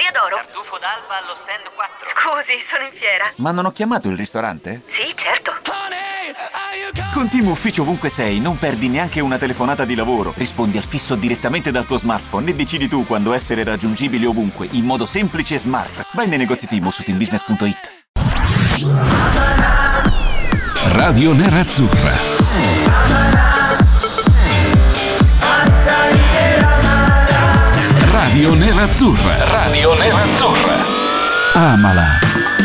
Osteria d'Oro. Tartufo d'alba allo stand 4. Scusi, sono in fiera. Ma non ho chiamato il ristorante? Sì, certo. Con Team Ufficio ovunque sei, non perdi neanche una telefonata di lavoro. Rispondi al fisso direttamente dal tuo smartphone e decidi tu quando essere raggiungibile ovunque, in modo semplice e smart. Vai nei negozi Team o su teambusiness.it. Radio Nerazzurra. Radio Nerazzurra. Radio Nerazzurra. Amala.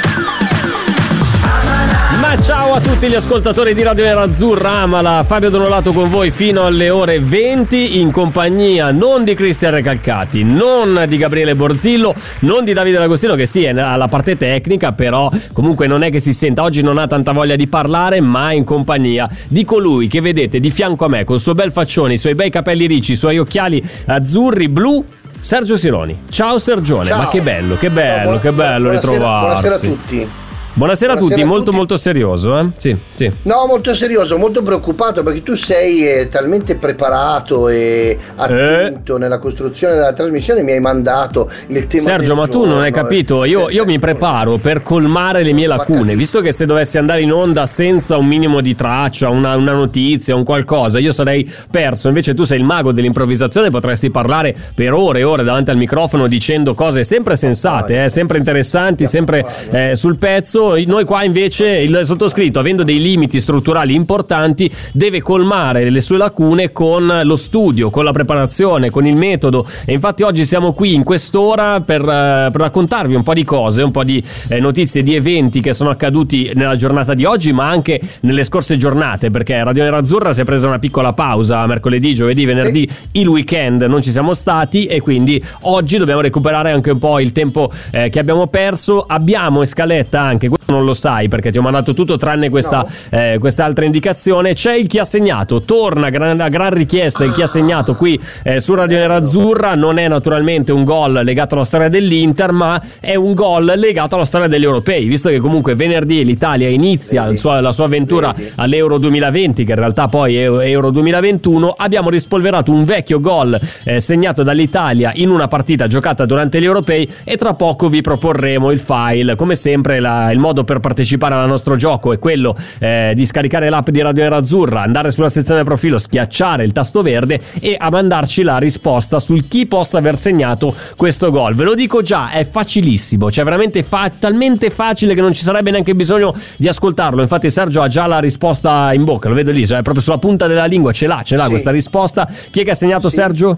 Ma ciao a tutti gli ascoltatori di Radio Nerazzurra, amala. Fabio Donolato con voi fino alle ore 20 in compagnia non di Cristian Recalcati, non di Gabriele Borzillo, non di Davide D'Agostino, che sì è alla parte tecnica, però comunque non è che si senta, oggi non ha tanta voglia di parlare, ma in compagnia di colui che vedete di fianco a me col suo bel faccione, i suoi bei capelli ricci, i suoi occhiali azzurri blu, Sergio Sironi. Ciao Sergione. Ciao. Ma che bello ritrovarsi. Buonasera a tutti. Buonasera a tutti, molto serioso, eh? Sì. No, molto serioso, molto preoccupato perché tu sei talmente preparato e attento nella costruzione della trasmissione, mi hai mandato il tema. Sergio, ma tu non hai capito, io mi preparo per colmare le mie lacune, visto che se dovessi andare in onda senza un minimo di traccia, una notizia, un qualcosa, io sarei perso. Invece tu sei il mago dell'improvvisazione, potresti parlare per ore e ore davanti al microfono dicendo cose sempre sensate, sempre interessanti, sempre sul pezzo. Noi qua invece il sottoscritto, avendo dei limiti strutturali importanti, deve colmare le sue lacune con lo studio, con la preparazione, con il metodo, e infatti oggi siamo qui in quest'ora per raccontarvi un po' di cose, un po' di notizie di eventi che sono accaduti nella giornata di oggi, ma anche nelle scorse giornate, perché Radio Nerazzurra si è presa una piccola pausa mercoledì, giovedì, venerdì, il weekend non ci siamo stati e quindi oggi dobbiamo recuperare anche un po' il tempo che abbiamo perso. Abbiamo in scaletta anche, questo non lo sai perché ti ho mandato tutto tranne quest'altra indicazione, c'è il chi ha segnato, torna a gran richiesta il chi ha segnato qui su Radio Nerazzurra. Non è naturalmente un gol legato alla storia dell'Inter, ma è un gol legato alla storia degli europei, visto che comunque venerdì l'Italia inizia la sua avventura all'Euro 2020, che in realtà poi è Euro 2021. Abbiamo rispolverato un vecchio gol segnato dall'Italia in una partita giocata durante gli europei e tra poco vi proporremo il file. Come sempre il modo per partecipare al nostro gioco è quello di scaricare l'app di Radio Nerazzurra, andare sulla sezione profilo, schiacciare il tasto verde e a mandarci la risposta sul chi possa aver segnato questo gol. Ve lo dico già, è facilissimo, cioè veramente talmente facile che non ci sarebbe neanche bisogno di ascoltarlo. Infatti Sergio ha già la risposta in bocca, lo vedo lì, cioè proprio sulla punta della lingua ce l'ha sì. Questa risposta. Chi è che ha segnato, sì. Sergio?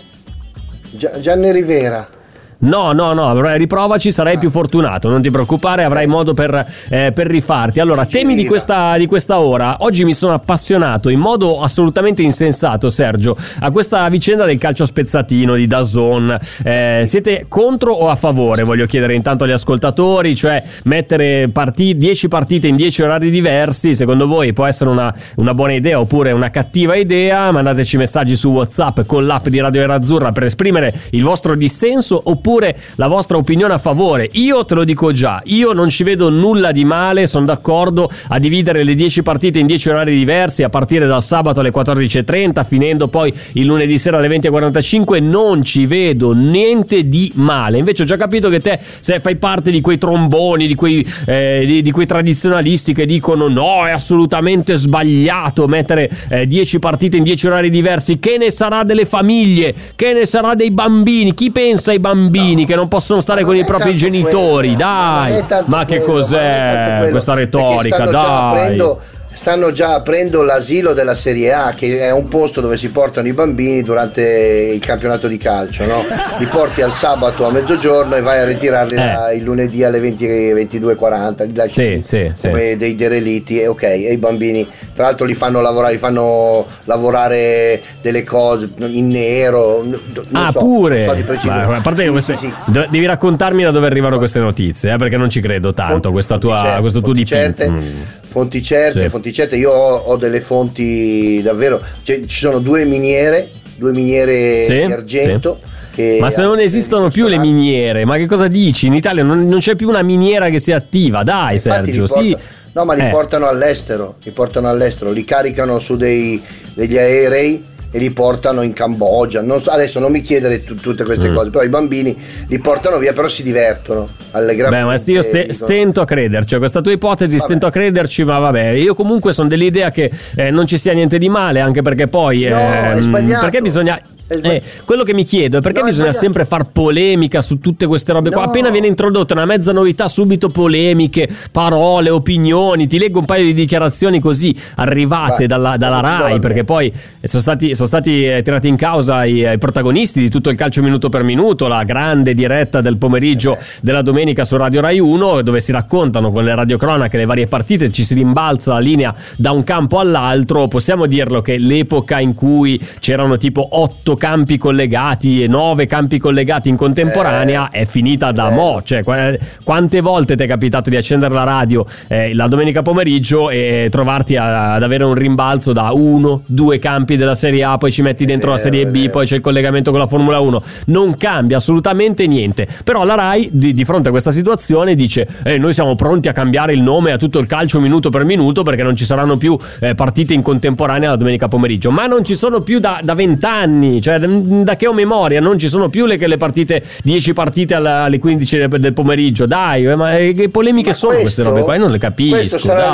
Gianni Rivera. No, riprovaci, sarai più fortunato, non ti preoccupare, avrai modo per rifarti. Allora, temi di questa ora. Oggi mi sono appassionato in modo assolutamente insensato, Sergio, a questa vicenda del calcio spezzatino di DAZN. Siete contro o a favore? Voglio chiedere intanto agli ascoltatori, cioè mettere 10 partite in 10 orari diversi, secondo voi può essere una buona idea oppure una cattiva idea? Mandateci messaggi su WhatsApp con l'app di Radio Nerazzurra per esprimere il vostro dissenso oppure la vostra opinione a favore. Io te lo dico già, io non ci vedo nulla di male, sono d'accordo a dividere le 10 partite in 10 orari diversi a partire dal sabato alle 14.30 finendo poi il lunedì sera alle 20.45, non ci vedo niente di male. Invece ho già capito che te, se fai parte di quei tromboni, di quei tradizionalisti che dicono no, è assolutamente sbagliato mettere 10 partite in 10 orari diversi, che ne sarà delle famiglie, che ne sarà dei bambini, chi pensa ai bambini che non possono stare con i propri genitori, dai, ma che cos'è questa retorica, dai. Stanno già aprendo l'asilo della Serie A, che è un posto dove si portano i bambini durante il campionato di calcio, no? Li porti al sabato a mezzogiorno e vai a ritirarli il lunedì alle 22:40, li lasci come dei derelitti e i bambini tra l'altro li fanno lavorare delle cose in nero, pure a parte che devi raccontarmi da dove arrivano queste notizie, perché non ci credo tanto questo tuo dipinto. Fonti certe, io ho delle fonti davvero, ci sono due miniere di argento. Ma se non esistono più le miniere, ma che cosa dici? In Italia non c'è più una miniera che sia attiva, dai. Sergio, sì. No, ma li portano all'estero, li caricano su degli aerei e li portano in Cambogia. Adesso non mi chiedere tutte queste cose, però i bambini li portano via, però si divertono allegramente. Beh, ma io stento a crederci, questa tua ipotesi, stento a crederci, ma vabbè, io comunque sono dell'idea che non ci sia niente di male, anche perché poi è sbagliato. perché bisogna quello che mi chiedo è perché bisogna sempre far polemica su tutte queste robe qua. Appena viene introdotta una mezza novità, subito polemiche, parole, opinioni. Ti leggo un paio di dichiarazioni così arrivate dalla Rai, perché poi sono stati tirati in causa i protagonisti di tutto il calcio minuto per minuto, la grande diretta del pomeriggio della domenica su Radio Rai 1, dove si raccontano con le radiocronache le varie partite, ci si rimbalza la linea da un campo all'altro. Possiamo dirlo che l'epoca in cui c'erano tipo 8 campi collegati e 9 campi collegati in contemporanea è finita da mo'. Cioè, quante volte ti è capitato di accendere la radio la domenica pomeriggio e trovarti ad avere un rimbalzo da 1-2 campi della Serie A, poi ci metti dentro la Serie B, poi c'è il collegamento con la Formula 1. Non cambia assolutamente niente. Però la Rai di fronte a questa situazione dice noi siamo pronti a cambiare il nome a tutto il calcio minuto per minuto, perché non ci saranno più partite in contemporanea la domenica pomeriggio. Ma non ci sono più da 20 anni, cioè da che ho memoria non ci sono più le partite, 10 partite alle 15 del pomeriggio. Dai, ma che polemiche sono queste robe qua? Io non le capisco. Questo sarà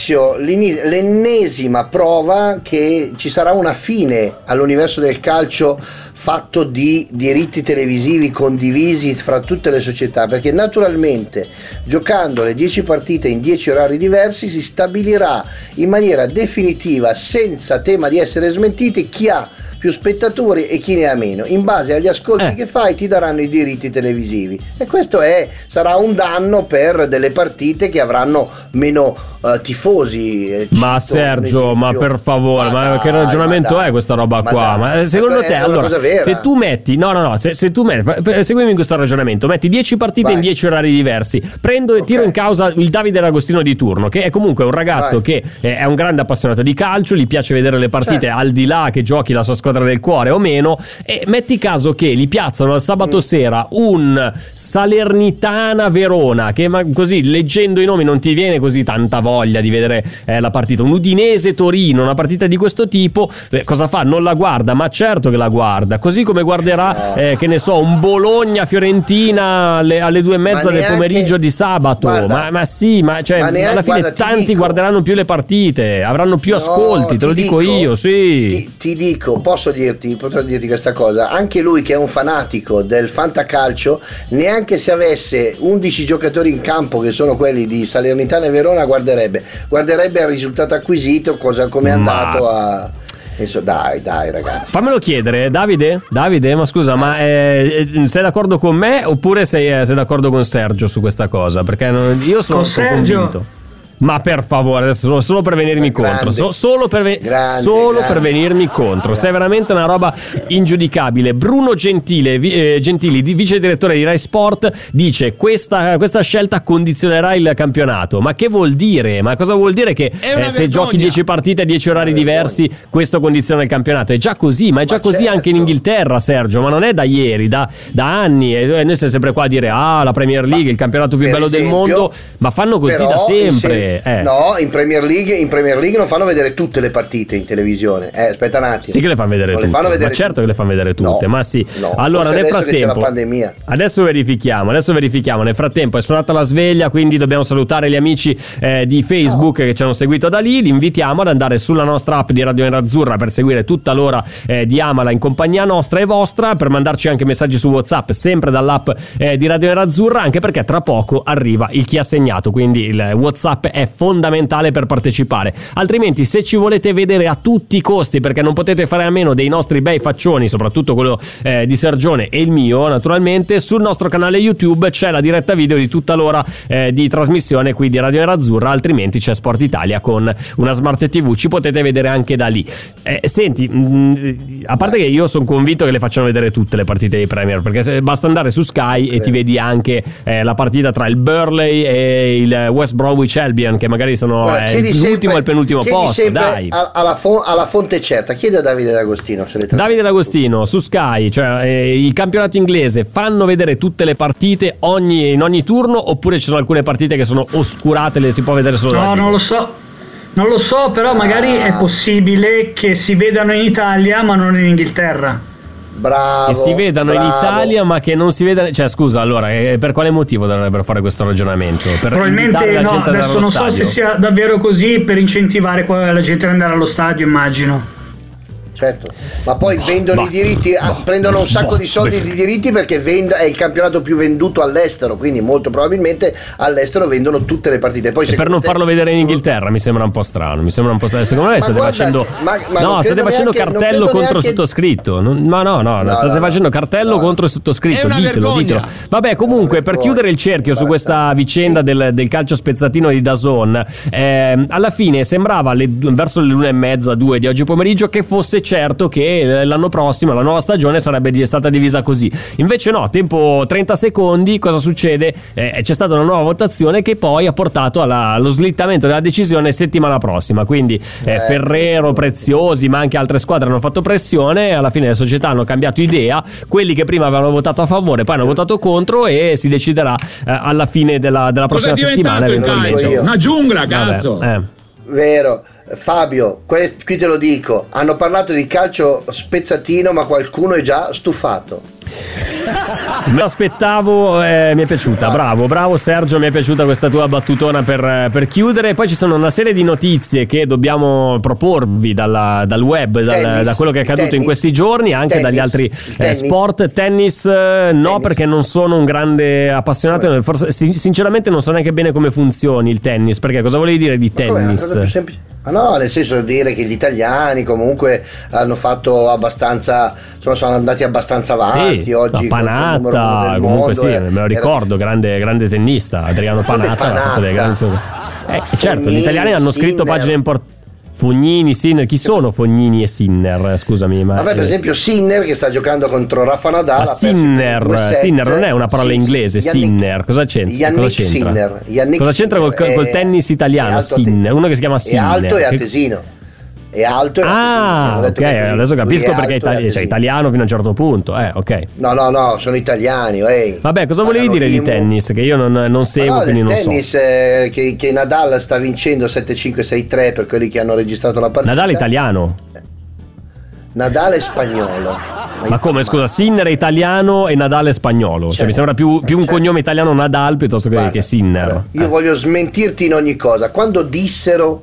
l'ennesima prova che ci sarà una fine all'universo del calcio fatto di diritti televisivi condivisi fra tutte le società, perché naturalmente giocando le 10 partite in 10 orari diversi si stabilirà in maniera definitiva, senza tema di essere smentiti, chi ha più spettatori e chi ne ha meno. In base agli ascolti che fai ti daranno i diritti televisivi, e questo sarà un danno per delle partite che avranno meno tifosi. Ma Sergio, ma per favore, ma che ragionamento è questa roba qua? Ma secondo te, allora, se tu metti se tu metti, seguimi in questo ragionamento, metti 10 partite in 10 orari diversi, prendo e tiro in causa il Davide D'Agostino di turno, che è comunque un ragazzo che è un grande appassionato di calcio, gli piace vedere le partite al di là che giochi la sua squadra del cuore o meno, e metti caso che li piazzano al sabato sera un Salernitana Verona, che così leggendo i nomi non ti viene così tanta voglia di vedere la partita, un Udinese Torino, una partita di questo tipo, cosa fa? Non la guarda? Ma certo che la guarda, così come guarderà che ne so, un Bologna Fiorentina alle 2:30 del pomeriggio di sabato. Ma sì, cioè, alla fine tanti guarderanno più le partite, avranno più ascolti, te lo dico io, sì. Ti dico, potrò dirti questa cosa: anche lui, che è un fanatico del fantacalcio, neanche se avesse 11 giocatori in campo che sono quelli di Salernitana e Verona guarderebbe il risultato acquisito, come è andato a... Dai ragazzi, fammelo chiedere, Davide, ma scusa, ma sei d'accordo con me oppure sei d'accordo con Sergio su questa cosa? Perché io sono convinto. Ma per favore, adesso solo per venirmi incontro, solo per venirmi incontro. Sei veramente una roba ingiudicabile. Bruno Gentili, vice direttore di Rai Sport, dice questa scelta condizionerà il campionato. Ma che vuol dire? Ma cosa vuol dire che se giochi 10 partite a 10 orari diversi questo condiziona il campionato? È già così, ma è già così anche in Inghilterra, Sergio, ma non è da ieri, da anni, e noi siamo sempre qua a dire la Premier League, il campionato più bello del mondo, ma fanno così da sempre. No, in Premier League non fanno vedere tutte le partite in televisione. Aspetta un attimo. Sì che le fanno vedere tutte. Ma certo che le fanno vedere tutte, ma sì. Allora, nel frattempo, adesso verifichiamo. Nel frattempo è suonata la sveglia, quindi dobbiamo salutare gli amici di Facebook che ci hanno seguito da lì. Li invitiamo ad andare sulla nostra app di Radio Nerazzurra per seguire tutta l'ora di Amala in compagnia nostra e vostra, per mandarci anche messaggi su WhatsApp, sempre dall'app di Radio Nerazzurra, anche perché tra poco arriva il Chi ha segnato, quindi il WhatsApp è fondamentale per partecipare. Altrimenti, se ci volete vedere a tutti i costi, perché non potete fare a meno dei nostri bei faccioni, soprattutto quello di Sergione e il mio naturalmente, sul nostro canale YouTube c'è la diretta video di tutta l'ora di trasmissione qui di Radio Nerazzurra, altrimenti c'è Sport Italia con una Smart TV, ci potete vedere anche da lì. Senti, a parte che io sono convinto che le facciano vedere tutte le partite di Premier, perché basta andare su Sky e ti vedi anche la partita tra il Burnley e il West Bromwich Albion, che magari sono l'ultimo e il penultimo posto. Dai, alla fonte certa, chiede a Davide D'Agostino. Davide D'Agostino su Sky, cioè il campionato inglese, fanno vedere tutte le partite in ogni turno, oppure ci sono alcune partite che sono oscurate, le si può vedere solo non lo so. Non lo so, però magari è possibile che si vedano in Italia ma non in Inghilterra. Bravo. Che si vedano in Italia ma che non si vedano. Cioè, scusa, allora, per quale motivo dovrebbero fare questo ragionamento? Per Probabilmente la no, gente adesso non so se sia davvero così, per incentivare la gente ad andare allo stadio, immagino. Certo, ma poi vendono i diritti, prendono un sacco di soldi di diritti perché è il campionato più venduto all'estero, quindi molto probabilmente all'estero vendono tutte le partite. Poi per non farlo vedere in Inghilterra mi sembra un po' strano. Secondo me state facendo state facendo cartello contro il sottoscritto. State facendo cartello contro il sottoscritto. Ditelo. Vabbè, comunque, per chiudere il cerchio su questa vicenda del calcio spezzatino di DAZN, alla fine sembrava verso le 1:30, 2 di oggi pomeriggio che fosse certo che l'anno prossimo la nuova stagione sarebbe stata divisa così. Invece no, tempo 30 secondi, cosa succede? C'è stata una nuova votazione che poi ha portato allo slittamento della decisione settimana prossima, quindi Ferrero, Preziosi ma anche altre squadre hanno fatto pressione e alla fine le società hanno cambiato idea, quelli che prima avevano votato a favore poi hanno votato contro e si deciderà alla fine della prossima settimana eventualmente. Una giungla, cazzo! Vero. Fabio, qui te lo dico, hanno parlato di calcio spezzatino ma qualcuno è già stufato. Me lo aspettavo, mi è piaciuta, bravo Sergio, mi è piaciuta questa tua battutona per chiudere. Poi ci sono una serie di notizie che dobbiamo proporvi dal web, da quello che è accaduto in questi giorni, anche dagli altri sport. Tennis no, perché non sono un grande appassionato, forse sinceramente non so neanche bene come funzioni il tennis, perché cosa volevi dire di tennis? No, nel senso di dire che gli italiani comunque hanno fatto abbastanza, insomma, sono andati abbastanza avanti. Sì, oggi Panatta, comunque sì, me lo ricordo, grande tennista, Adriano Panatta ha fatto delle grandi. Certo, gli italiani hanno scritto pagine importanti. Fognini, Sinner, chi sono Fognini e Sinner? Scusami, ma vabbè, per esempio Sinner che sta giocando contro Rafa Nadal. Sinner non è una parola inglese. Sinner, cosa c'entra? Cosa c'entra col tennis italiano? Sinner, uno che si chiama Sinner. È alto e attesino. È alto e ok, adesso capisco perché è italiano fino a un certo punto. Ok. No, sono italiani. Vabbè, cosa volevi dire di tennis? Che io non seguo, quindi non so. Tennis che Nadal sta vincendo 7-5, 6-3 per quelli che hanno registrato la partita. Nadal è italiano? Nadal è spagnolo. Ma come, scusa, Sinner è italiano e Nadal è spagnolo? Cioè mi sembra più un cognome italiano Nadal piuttosto che Sinner. Io voglio smentirti in ogni cosa. Quando dissero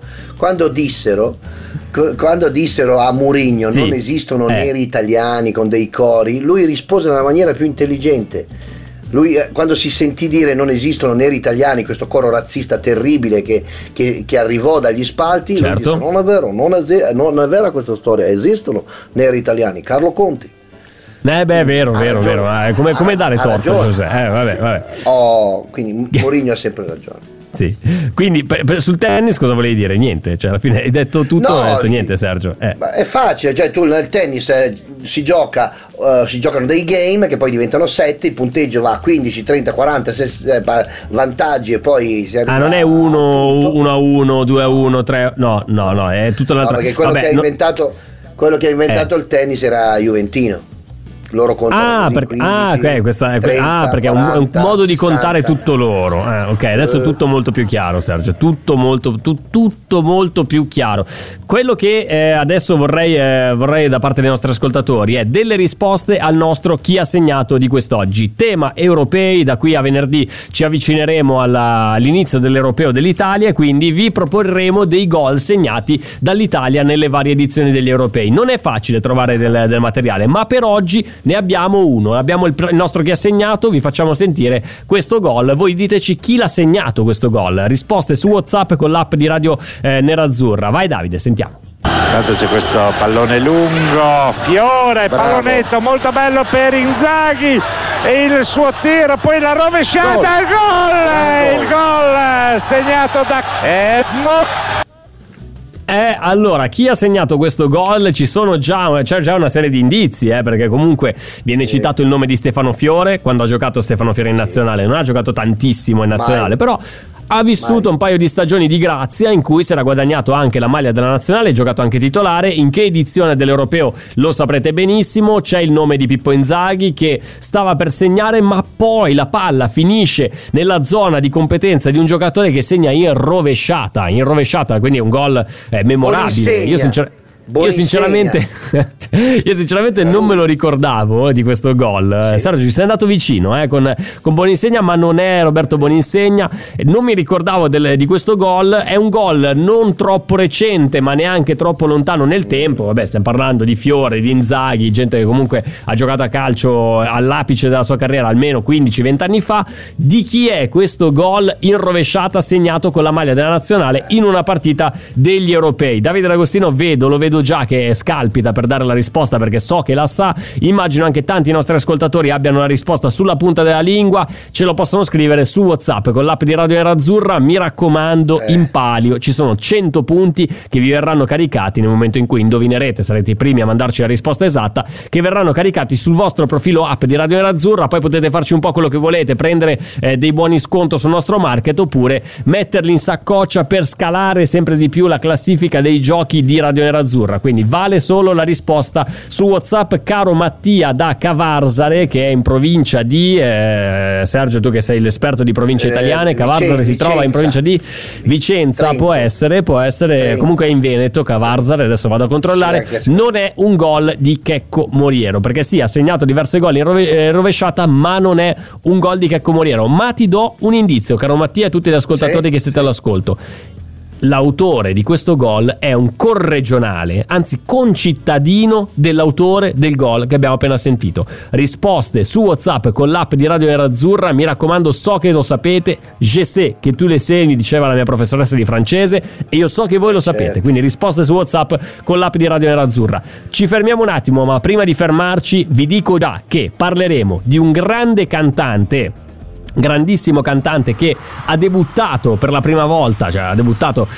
a Mourinho non esistono neri italiani con dei cori, lui rispose nella maniera più intelligente. Lui quando si sentì dire non esistono neri italiani, questo coro razzista terribile che arrivò dagli spalti, lui disse non è vera questa storia, esistono neri italiani. Carlo Conti. Vero. Come dare torto a José? Vabbè. Quindi Mourinho ha sempre ragione. Sì. Quindi sul tennis cosa volevi dire? Niente, cioè alla fine hai detto tutto, non hai detto niente, Sergio. È facile, cioè tu nel tennis si giocano dei game che poi diventano 7, il punteggio va a 15, 30, 40 vantaggi e poi si arriva non è 1-1, 2-1, 3. No, è tutto l'altro. Perché quello che ha inventato il tennis era Juventino. Loro contano perché è un modo di contare 60. Tutto loro. Ok, adesso è tutto molto più chiaro, Sergio. Tutto molto più chiaro. Quello che adesso vorrei da parte dei nostri ascoltatori è delle risposte al nostro chi ha segnato di quest'oggi. Tema europei, da qui a venerdì ci avvicineremo all'inizio dell'Europeo dell'Italia, quindi vi proporremo dei gol segnati dall'Italia nelle varie edizioni degli europei. Non è facile trovare del materiale, ma per oggi ne abbiamo uno, abbiamo il nostro chi ha segnato, vi facciamo sentire questo gol, voi diteci chi l'ha segnato questo gol, risposte su WhatsApp con l'app di Radio Nerazzurra. Vai Davide, sentiamo. Intanto c'è questo pallone lungo, Fiore, pallonetto molto bello per Inzaghi e il suo tiro, poi la rovesciata, il gol segnato da allora, chi ha segnato questo gol? C'è già una serie di indizi, perché comunque viene citato il nome di Stefano Fiore. Quando ha giocato Stefano Fiore in nazionale non ha giocato tantissimo in nazionale, però ha vissuto un paio di stagioni di grazia in cui si era guadagnato anche la maglia della nazionale, giocato anche titolare. In che edizione dell'Europeo lo saprete benissimo, c'è il nome di Pippo Inzaghi che stava per segnare, ma poi la palla finisce nella zona di competenza di un giocatore che segna in rovesciata, quindi è un gol memorabile. Io sinceramente non me lo ricordavo di questo gol. Sergio, ci sei andato vicino con Boninsegna, ma non è Roberto Boninsegna. Non mi ricordavo di questo gol. È un gol non troppo recente, ma neanche troppo lontano nel tempo. Vabbè, stiamo parlando di Fiore, di Inzaghi, gente che comunque ha giocato a calcio all'apice della sua carriera almeno 15-20 anni fa. Di chi è questo gol in rovesciata segnato con la maglia della nazionale in una partita degli europei? Davide D'Agostino lo vedo già che scalpita per dare la risposta, perché so che la sa. Immagino anche tanti nostri ascoltatori abbiano la risposta sulla punta della lingua. Ce lo possono scrivere su WhatsApp con l'app di Radio Nerazzurra. Mi raccomando, in palio ci sono 100 punti che vi verranno caricati nel momento in cui indovinerete, sarete i primi a mandarci la risposta esatta, che verranno caricati sul vostro profilo app di Radio Nerazzurra. Poi potete farci un po' quello che volete, prendere dei buoni sconto sul nostro market, oppure metterli in saccoccia per scalare sempre di più la classifica dei giochi di Radio Nerazzurra. Quindi vale solo la risposta su WhatsApp. Caro Mattia da Cavarzare, che è in provincia di Sergio, tu che sei l'esperto di province italiane, Cavarzare si trova in provincia di Vicenza. Può essere comunque è in Veneto Cavarzare, adesso vado a controllare. Non è un gol di Checco Moriero, perché sì, ha segnato diversi gol in rovesciata, ma non è un gol di Checco Moriero. Ma ti do un indizio, caro Mattia, e tutti gli ascoltatori che siete all'ascolto. L'autore di questo gol è un corregionale, anzi concittadino dell'autore del gol che abbiamo appena sentito. Risposte su WhatsApp con l'app di Radio Nerazzurra. Mi raccomando, so che lo sapete. Je sais che tu le sei, mi diceva la mia professoressa di francese, e io so che voi lo sapete. Quindi risposte su WhatsApp con l'app di Radio Nerazzurra. Ci fermiamo un attimo, ma prima di fermarci vi dico già che parleremo di un grandissimo cantante che ha debuttato per la prima volta, cioè ha debuttato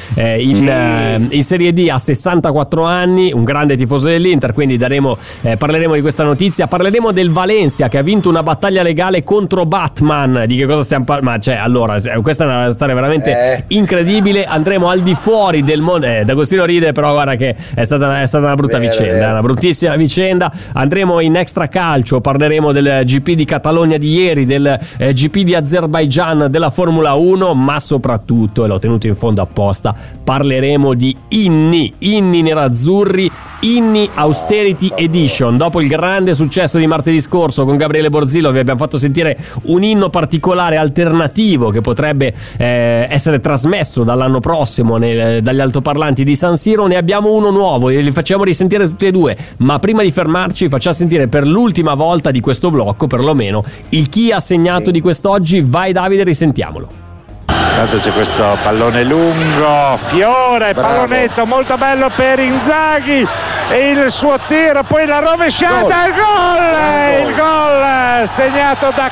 in Serie D a 64 anni, un grande tifoso dell'Inter, quindi parleremo di questa notizia. Parleremo del Valencia che ha vinto una battaglia legale contro Batman. Di che cosa stiamo parlando? Ma allora, questa è una storia veramente incredibile. Andremo al di fuori del mondo. D'Agostino ride, però guarda che è stata una brutta vicenda, una bruttissima vicenda. Andremo in Extra Calcio, parleremo del GP di Catalogna di ieri, del GP di Azerbaijan della Formula 1, ma soprattutto, e l'ho tenuto in fondo apposta, parleremo di inni nerazzurri, inni Austerity Edition. Dopo il grande successo di martedì scorso con Gabriele Borzillo, vi abbiamo fatto sentire un inno particolare alternativo che potrebbe essere trasmesso dall'anno prossimo dagli altoparlanti di San Siro. Ne abbiamo uno nuovo e li facciamo risentire tutti e due, ma prima di fermarci facciamo sentire per l'ultima volta di questo blocco perlomeno il chi ha segnato di quest'oggi. Vai Davide, risentiamolo. Intanto c'è questo pallone lungo, Fiore, pallonetto molto bello per Inzaghi e il suo tiro, poi la rovesciata, il gol segnato da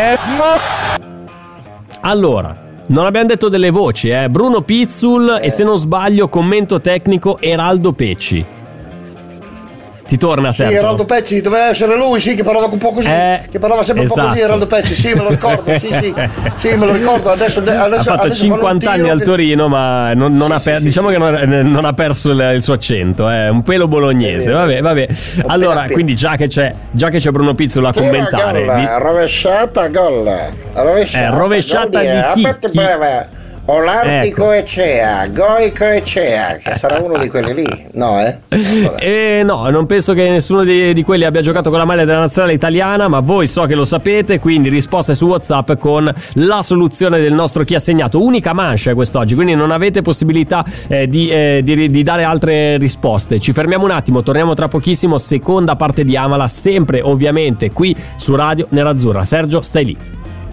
Allora, non abbiamo detto delle voci, Bruno Pizzul e, se non sbaglio, commento tecnico Eraldo Pecci. Ti torna, Sergio? Sì, Eraldo Pecci, doveva essere lui, sì, che parlava un po' così, che parlava sempre un po' così, Eraldo Pecci, sì, me lo ricordo, sì, me lo ricordo. Adesso ha fatto 50 anni al Torino, ma non ha perso il suo accento, è un pelo bolognese, vabbè. Allora, quindi già che c'è Bruno Pizzolo a commentare, rovesciata rovesciata di chi? Olartico Ecea, Goico Ecea, che sarà uno di quelli lì, no? No, non penso che nessuno di quelli abbia giocato con la maglia della nazionale italiana, ma voi so che lo sapete, quindi risposte su WhatsApp con la soluzione del nostro chi ha segnato. Unica mancia quest'oggi, quindi non avete possibilità di dare altre risposte. Ci fermiamo un attimo, torniamo tra pochissimo, seconda parte di Amala, sempre ovviamente qui su Radio Nerazzurra. Sergio, stai lì.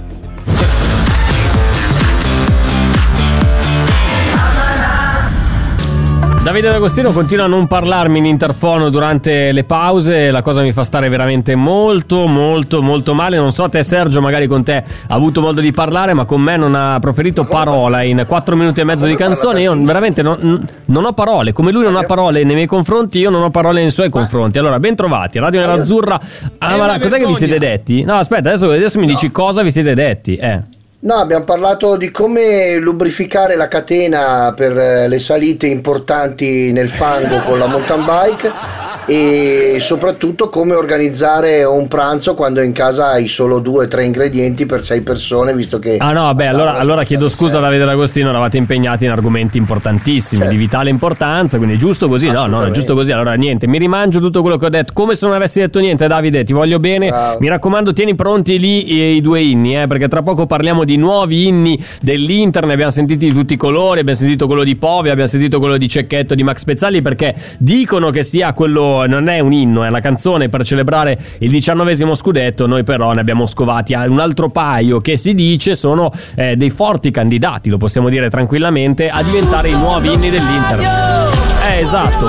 Davide D'Agostino continua a non parlarmi in interfono durante le pause, la cosa mi fa stare veramente molto male. Non so te Sergio, magari con te ha avuto modo di parlare, ma con me non ha proferito parola in 4 minuti e mezzo di canzone. Io veramente non ho parole, come lui non ha parole nei miei confronti, io non ho parole nei suoi confronti. Allora, ben trovati, Radio Nerazzurra. Cos'è che vi siete detti? No, aspetta, adesso mi dici cosa vi siete detti, No, abbiamo parlato di come lubrificare la catena per le salite importanti nel fango con la mountain bike e soprattutto come organizzare un pranzo quando in casa hai solo 2 o 3 ingredienti per 6 persone, visto che... Ah no, beh, allora chiedo scusa a Davide D'Agostino, eravate impegnati in argomenti importantissimi, di vitale importanza, quindi è giusto così, no, è giusto così. Allora niente, mi rimangio tutto quello che ho detto, come se non avessi detto niente. Davide, ti voglio bene. Ciao. Mi raccomando, tieni pronti lì i 2 inni, perché tra poco parliamo di nuovi inni dell'Inter. Ne abbiamo sentiti di tutti i colori, abbiamo sentito quello di Povi, abbiamo sentito quello di Cecchetto, di Max Pezzali, perché dicono che sia quello, non è un inno, è la canzone per celebrare il 19° scudetto. Noi però ne abbiamo scovati un altro paio che si dice sono dei forti candidati, lo possiamo dire tranquillamente, a diventare i nuovi inni dell'Inter. Esatto.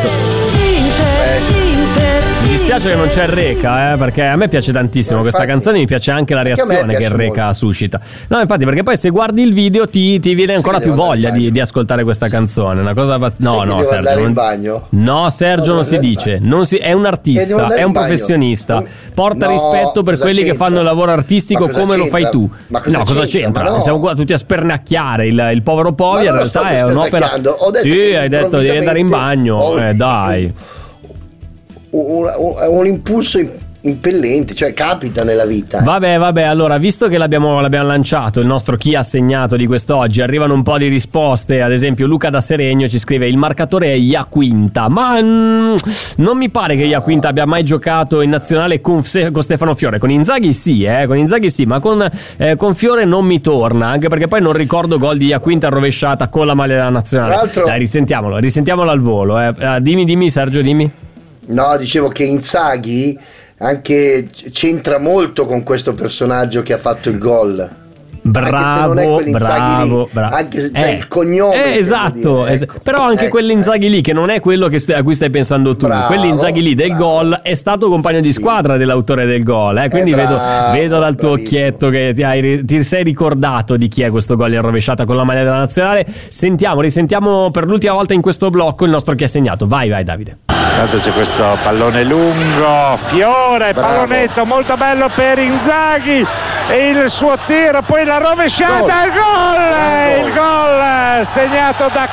Mi dispiace che non c'è il Reca, perché a me piace tantissimo questa canzone, mi piace anche la reazione che il Reca suscita. No, infatti, perché poi se guardi il video ti viene ancora più voglia di ascoltare questa canzone. Una cosa no, Sergio. In bagno? No, Sergio, non si dice. È un artista, è un professionista. Porta rispetto per quelli che fanno il lavoro artistico come lo fai tu. No, cosa c'entra? Siamo qua tutti a spernacchiare il povero Povi, in realtà è un'opera. Sì, hai detto devi andare in bagno, dai. Un impulso impellente, cioè capita nella vita. Vabbè, allora, visto che l'abbiamo lanciato il nostro chi ha segnato di quest'oggi, arrivano un po' di risposte. Ad esempio Luca da Seregno ci scrive: il marcatore è Iaquinta, ma non mi pare che Iaquinta abbia mai giocato in nazionale con Stefano Fiore. Con Inzaghi sì, ma con Fiore non mi torna, anche perché poi non ricordo gol di Iaquinta rovesciata con la maglia della nazionale. Dai, risentiamolo al volo. Dimmi Sergio, dimmi. No, dicevo che Inzaghi anche c'entra molto con questo personaggio che ha fatto il gol. Bravo. Anche se c'è il cognome. Esatto. Però anche quell'Inzaghi lì, che non è quello a cui stai pensando tu. Quell'Inzaghi lì del gol è stato compagno di squadra dell'autore del gol. Quindi vedo dal tuo occhietto che ti sei ricordato di chi è questo gol in rovesciata con la maglia della nazionale. Risentiamo per l'ultima volta in questo blocco il nostro chi ha segnato. Vai Davide. Intanto c'è questo pallone lungo, Fiore, pallonetto molto bello per Inzaghi e il suo tiro, poi la rovesciata, il gol segnato da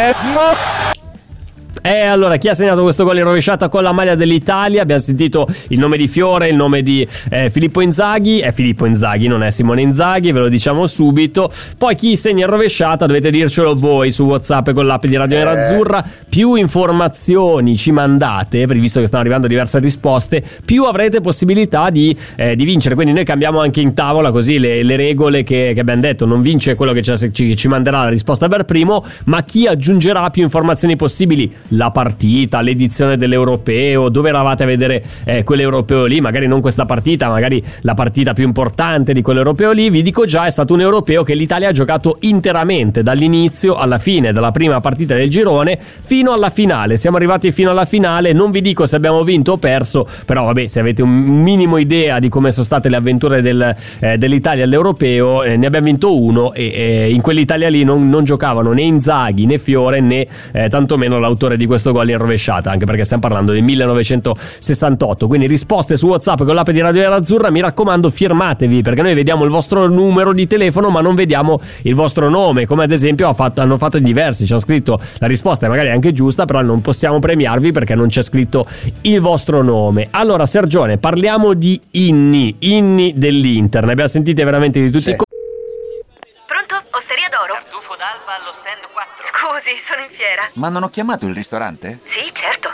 allora, chi ha segnato questo gol in rovesciata con la maglia dell'Italia? Abbiamo sentito il nome di Fiore, il nome di Filippo Inzaghi. È Filippo Inzaghi, non è Simone Inzaghi, ve lo diciamo subito. Poi chi segna in rovesciata dovete dircelo voi su WhatsApp con l'app di Radio Nerazzurra. Più informazioni ci mandate, visto che stanno arrivando diverse risposte, più avrete possibilità di vincere. Quindi noi cambiamo anche in tavola così le regole che abbiamo detto. Non vince quello che ci manderà la risposta per primo, ma chi aggiungerà più informazioni possibili. La partita, l'edizione dell'Europeo, dove eravate a vedere quell'Europeo lì, magari non questa partita, magari la partita più importante di quell'Europeo lì. Vi dico già, è stato un Europeo che l'Italia ha giocato interamente dall'inizio alla fine, dalla prima partita del girone fino alla finale. Siamo arrivati fino alla finale, non vi dico se abbiamo vinto o perso, però vabbè, se avete un minimo idea di come sono state le avventure dell'Italia all'Europeo, ne abbiamo vinto uno e in quell'Italia lì non giocavano né Inzaghi né Fiore né tantomeno l'autore di questo gol in rovesciata, anche perché stiamo parlando del 1968. Quindi risposte su WhatsApp con l'app di Radio Nerazzurra, mi raccomando firmatevi, perché noi vediamo il vostro numero di telefono ma non vediamo il vostro nome, come ad esempio hanno fatto diversi. Ci hanno scritto la risposta, è magari anche giusta, però non possiamo premiarvi perché non c'è scritto il vostro nome. Allora Sergione, parliamo di inni dell'Inter, ne abbiamo sentite veramente di tutti i Pronto? Osteria d'Oro? Tartufo d'Alba allo stand 4. Scusi, sono in fiera. Ma non ho chiamato il ristorante? Sì, certo.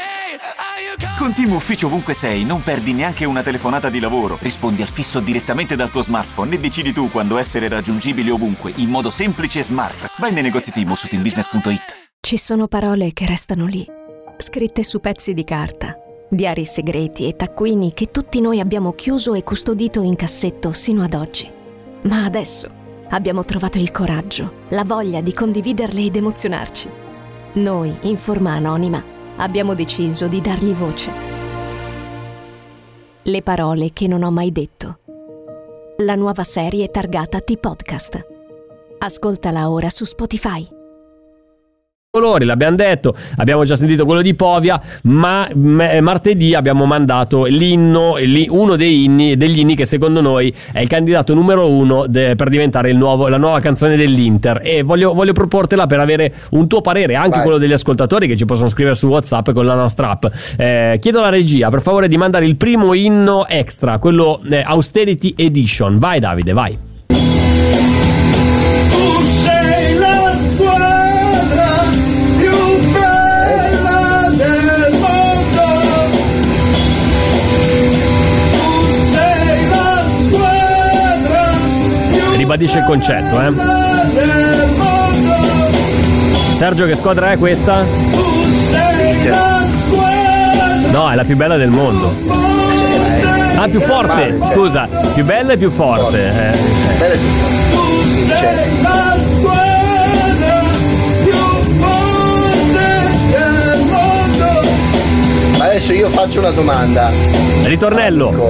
Con Team Ufficio ovunque sei, non perdi neanche una telefonata di lavoro. Rispondi al fisso direttamente dal tuo smartphone e decidi tu quando essere raggiungibile ovunque, in modo semplice e smart. Vai nei negozi Team o su teambusiness.it. Ci sono parole che restano lì, scritte su pezzi di carta, diari segreti e taccuini che tutti noi abbiamo chiuso e custodito in cassetto sino ad oggi. Ma adesso abbiamo trovato il coraggio, la voglia di condividerle ed emozionarci. Noi, in forma anonima, abbiamo deciso di dargli voce. Le parole che non ho mai detto. La nuova serie targata T-Podcast. Ascoltala ora su Spotify. colori, l'abbiamo detto, abbiamo già sentito quello di Povia, ma martedì abbiamo mandato l'inno, uno degli inni che secondo noi è il candidato numero 1 per diventare la nuova canzone dell'Inter, e voglio proportela per avere un tuo parere, anche quello degli ascoltatori che ci possono scrivere su WhatsApp con la nostra app. Chiedo alla regia per favore di mandare il primo inno extra, quello Austerity Edition. Vai Davide, vai. Ribadisce il concetto, Sergio, che squadra è questa? No, è la più bella del mondo. Ah, più forte, scusa, più bella e più forte. Adesso io faccio una domanda. Ritornello.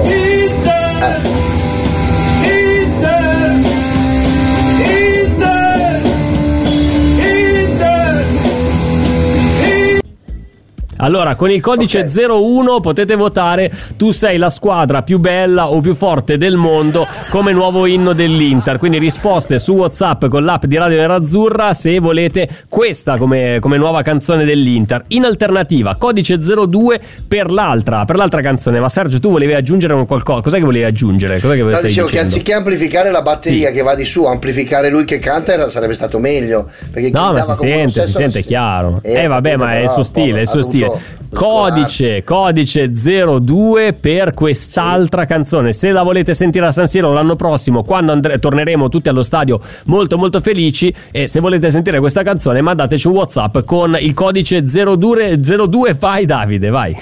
Allora, con il codice 01 potete votare tu sei la squadra più bella o più forte del mondo come nuovo inno dell'Inter. Quindi risposte su WhatsApp con l'app di Radio Nerazzurra se volete questa come nuova canzone dell'Inter. In alternativa, codice 02 per l'altra canzone. Ma Sergio, tu volevi aggiungere un qualcosa? Cos'è che volevi aggiungere? Cos'è che dicevo dicendo? Che anziché amplificare la batteria che va di su, amplificare lui che canta sarebbe stato meglio. Perché no, ma si sente chiaro. Vabbè, ma è il suo stile, Codice 02 per quest'altra canzone. Se la volete sentire a San Siro l'anno prossimo, quando torneremo tutti allo stadio molto molto felici, e se volete sentire questa canzone mandateci un WhatsApp con il codice 02. Vai Davide, vai.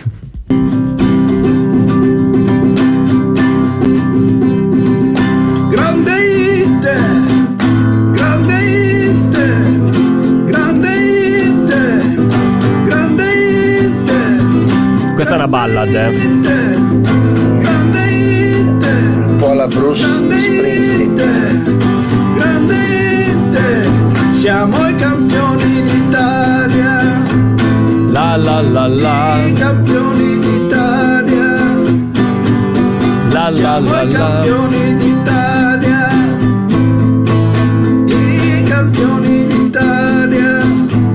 Questa è una ballad, un po' alla Bruce Springsteen. Siamo i campioni d'Italia. La la la la. I campioni d'Italia. La la la la. I campioni d'Italia. I campioni d'Italia.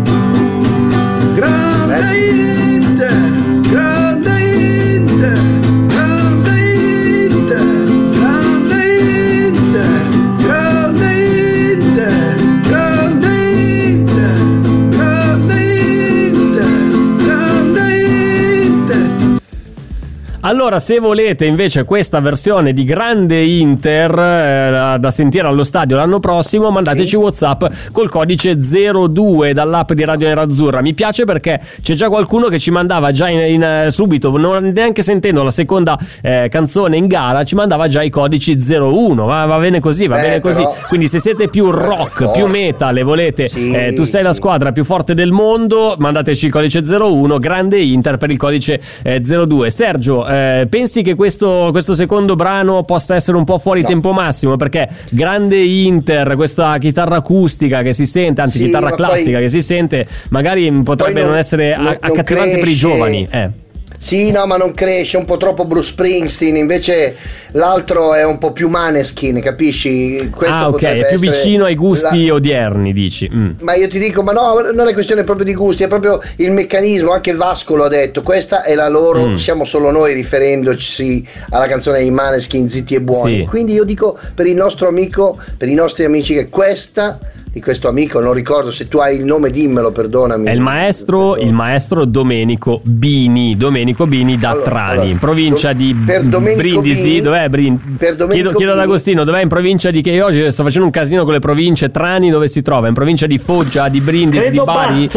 Grande Inter. Grande Inter, grande Inter, grande Inter, grande Inter, grande Inter, grande Inter, grande Inter. Allora, se volete invece questa versione di Grande Inter da sentire allo stadio l'anno prossimo, mandateci WhatsApp col codice 02 dall'app di Radio Nerazzurra. Mi piace perché c'è già qualcuno che ci mandava già subito, non neanche sentendo la seconda canzone in gara, ci mandava già i codici 01. Va bene così, bene così. Quindi se siete più rock, più metal e volete tu sei la squadra più forte del mondo, mandateci il codice 01, Grande Inter per il codice 02. Sergio, pensi che questo secondo brano possa essere un po' fuori tempo massimo? Perché Grande Inter, questa chitarra acustica che si sente, anzi chitarra classica che si sente, magari potrebbe non essere accattivante per i giovani. Sì, no, ma non cresce, è un po' troppo Bruce Springsteen, invece l'altro è un po' più Maneskin, capisci? Questo ok, è più vicino ai gusti odierni, dici. Ma io ti dico, ma no, non è questione proprio di gusti, è proprio il meccanismo, anche il Vasco lo ha detto, questa è la loro, siamo solo noi riferendoci alla canzone dei Maneskin, Zitti e Buoni. Quindi io dico per il nostro amico, per i nostri amici, che questa di questo amico, non ricordo, se tu hai il nome dimmelo, perdonami. È il maestro Domenico Bini da Trani, in provincia di Brindisi. Bini, dov'è chiedo ad Agostino, dov'è in provincia di, che io oggi sto facendo un casino con le province. Trani dove si trova? In provincia di Foggia, di Brindisi, di Bari?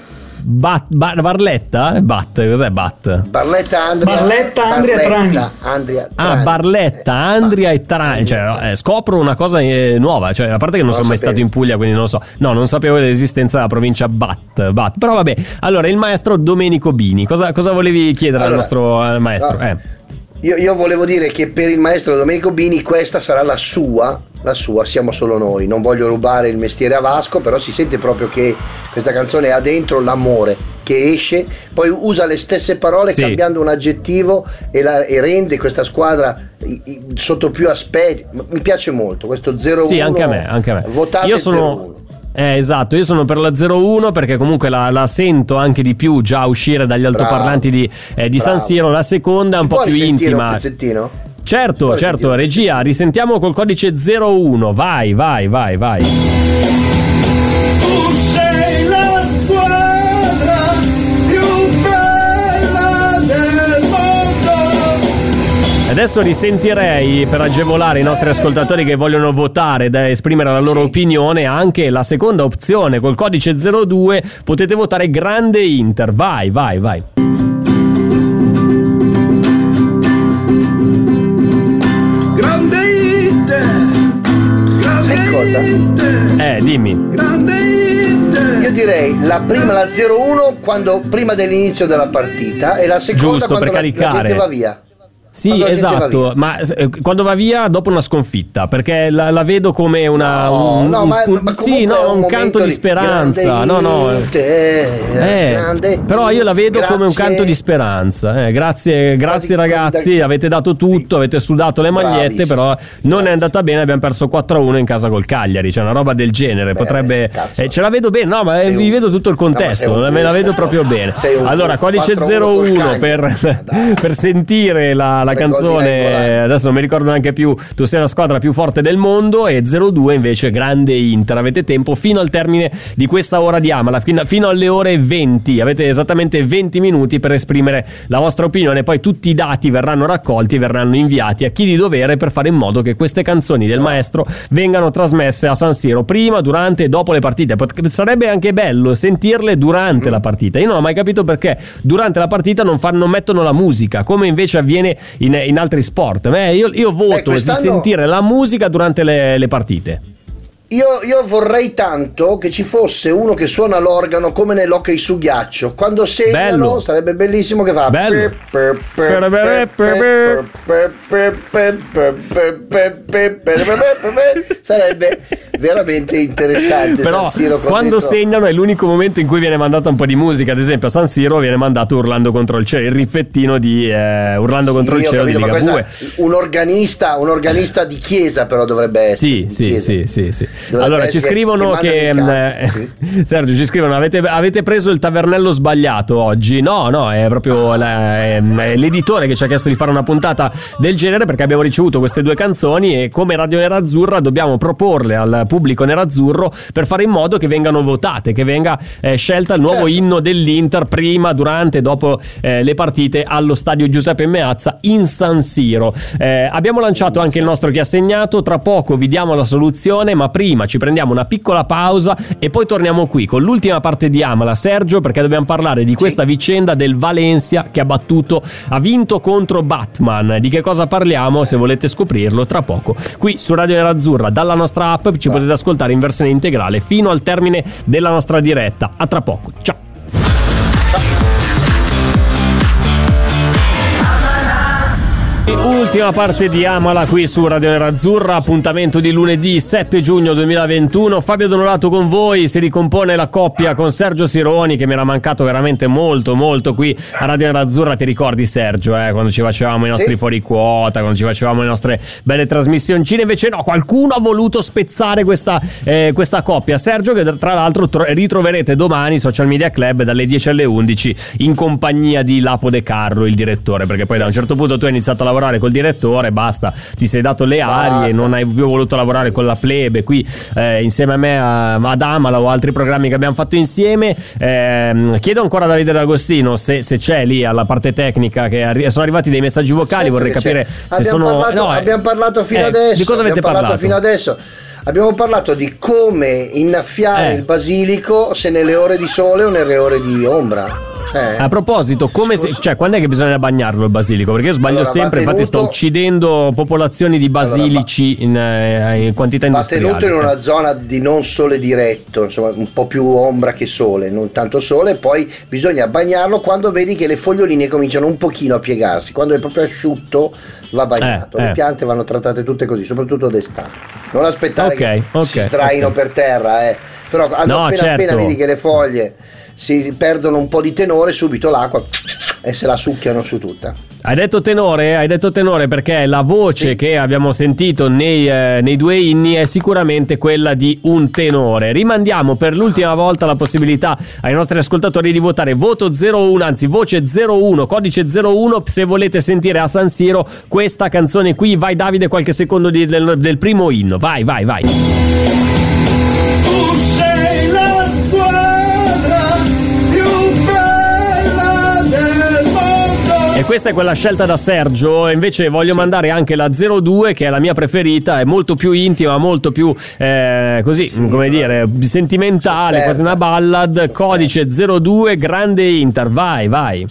Barletta? Cos'è Bat? Barletta, Andria, Trani. Barletta, Andria e Trani. Cioè, scopro una cosa nuova. Cioè, a parte che non sono mai stato in Puglia, quindi non lo so. No, non sapevo dell'esistenza della provincia Bat. Però vabbè. Allora, il maestro Domenico Bini. Cosa volevi chiedere al nostro maestro? Io volevo dire che per il maestro Domenico Bini questa sarà la sua, siamo solo noi. Non voglio rubare il mestiere a Vasco, però si sente proprio che questa canzone ha dentro l'amore che esce, poi usa le stesse parole cambiando un aggettivo e rende questa squadra sotto più aspetti. Mi piace molto questo 0-1. Sì, anche a me. Votate io sono 0-1. Esatto, io sono per la 0-1 perché comunque la sento anche di più già uscire dagli altoparlanti di San Siro. La seconda è un po' più intima. Un pezzettino? Certo, regia, risentiamo col codice 01. Vai. Adesso risentirei, per agevolare i nostri ascoltatori che vogliono votare da esprimere la loro opinione, anche la seconda opzione col codice 02. Potete votare Grande Inter. Vai. Grande Inter. Sai cosa? Dimmi. Io direi la 0-1 prima dell'inizio della partita e la seconda giusto, quando per caricare. La gente va via. Sì, esatto, ma quando va via dopo una sconfitta, perché la vedo come un canto di speranza. Però io la vedo come un canto di speranza. Grazie ragazzi, avete dato tutto, avete sudato le magliette, però non è andata bene, abbiamo perso 4-1 in casa col Cagliari, cioè una roba del genere. Potrebbe ce la vedo bene, vi vedo tutto il contesto, me la vedo proprio bene. Allora, codice 01 per sentire la canzone, adesso non mi ricordo neanche più, tu sei la squadra più forte del mondo, e 02 invece Grande Inter. Avete tempo fino al termine di questa ora di Amala, fino alle ore 20, avete esattamente 20 minuti per esprimere la vostra opinione, poi tutti i dati verranno raccolti e verranno inviati a chi di dovere per fare in modo che queste canzoni del maestro vengano trasmesse a San Siro prima, durante e dopo le partite. Sarebbe anche bello sentirle durante la partita. Io non ho mai capito perché durante la partita non mettono la musica, come invece avviene in altri sport. Io voto di sentire la musica durante le partite. Io vorrei tanto che ci fosse uno che suona l'organo come nell'hockey su ghiaccio. Quando segnano sarebbe bellissimo che fa bello. Sarebbe veramente interessante. Però quando segnano è l'unico momento in cui viene mandata un po' di musica. Ad esempio a San Siro viene mandato Urlando contro il cielo, il riflettino di Urlando contro il cielo di Ligabue. Un organista di chiesa però dovrebbe essere. Sì. Allora ci scrivono Sergio, ci scrivono avete preso il tavernello sbagliato oggi. No, è proprio l'editore che ci ha chiesto di fare una puntata del genere, perché abbiamo ricevuto queste due canzoni e come Radio Nerazzurra dobbiamo proporle al pubblico nerazzurro per fare in modo che vengano votate, che venga scelta il nuovo inno dell'Inter prima, durante e dopo le partite allo stadio Giuseppe Meazza in San Siro. Abbiamo lanciato anche il nostro Chi ha segnato, tra poco vi diamo la soluzione, ma prima ci prendiamo una piccola pausa e poi torniamo qui con l'ultima parte di Amala, Sergio, perché dobbiamo parlare di questa vicenda del Valencia che ha vinto contro Batman. Di che cosa parliamo? Se volete scoprirlo, tra poco qui su Radio Nerazzurra dalla nostra app ci potete ascoltare in versione integrale fino al termine della nostra diretta. A tra poco, ciao. Ultima parte di Amala qui su Radio Nerazzurra, appuntamento di lunedì 7 giugno 2021. Fabio Donolato con voi, si ricompone la coppia con Sergio Sironi, che mi era mancato veramente molto qui a Radio Nerazzurra. Ti ricordi Sergio, quando ci facevamo i nostri fuori quota, quando ci facevamo le nostre belle trasmissioncine? Invece no, qualcuno ha voluto spezzare questa coppia. Sergio, che tra l'altro ritroverete domani Social Media Club dalle 10 alle 11 in compagnia di Lapo De Carlo, il direttore, perché poi da un certo punto tu hai iniziato a lavorare col direttore, basta, ti sei dato le arie, non hai più voluto lavorare con la plebe qui insieme a me ad Amala o altri programmi che abbiamo fatto insieme. Chiedo ancora a Davide D'Agostino se c'è lì alla parte tecnica, che sono arrivati dei messaggi vocali, vorrei capire se abbiamo parlato fino adesso. Di cosa avete parlato fino adesso? Abbiamo parlato di come innaffiare il basilico, se nelle ore di sole o nelle ore di ombra. A proposito, quando è che bisogna bagnarlo il basilico? Perché io sbaglio sempre, infatti sto uccidendo popolazioni di basilici in quantità industriali. Va tenuto in una zona di non sole diretto, insomma un po' più ombra che sole, non tanto sole, poi bisogna bagnarlo quando vedi che le foglioline cominciano un pochino a piegarsi, quando è proprio asciutto va bagnato. Le piante vanno trattate tutte così, soprattutto d'estate. Non aspettare che si sdraino per terra, però appena vedi che le foglie si perdono un po' di tenore, subito l'acqua e se la succhiano su tutta. Hai detto tenore perché la voce che abbiamo sentito nei due inni è sicuramente quella di un tenore. Rimandiamo per l'ultima volta la possibilità ai nostri ascoltatori di votare voto 01, anzi voce 01, codice 01 se volete sentire a San Siro questa canzone qui. Vai Davide, qualche secondo del primo inno, vai. E questa è quella scelta da Sergio, e invece voglio mandare anche la 02, che è la mia preferita, è molto più intima, molto più come dire, sentimentale, quasi una ballad. Codice 02, Grande Inter, vai.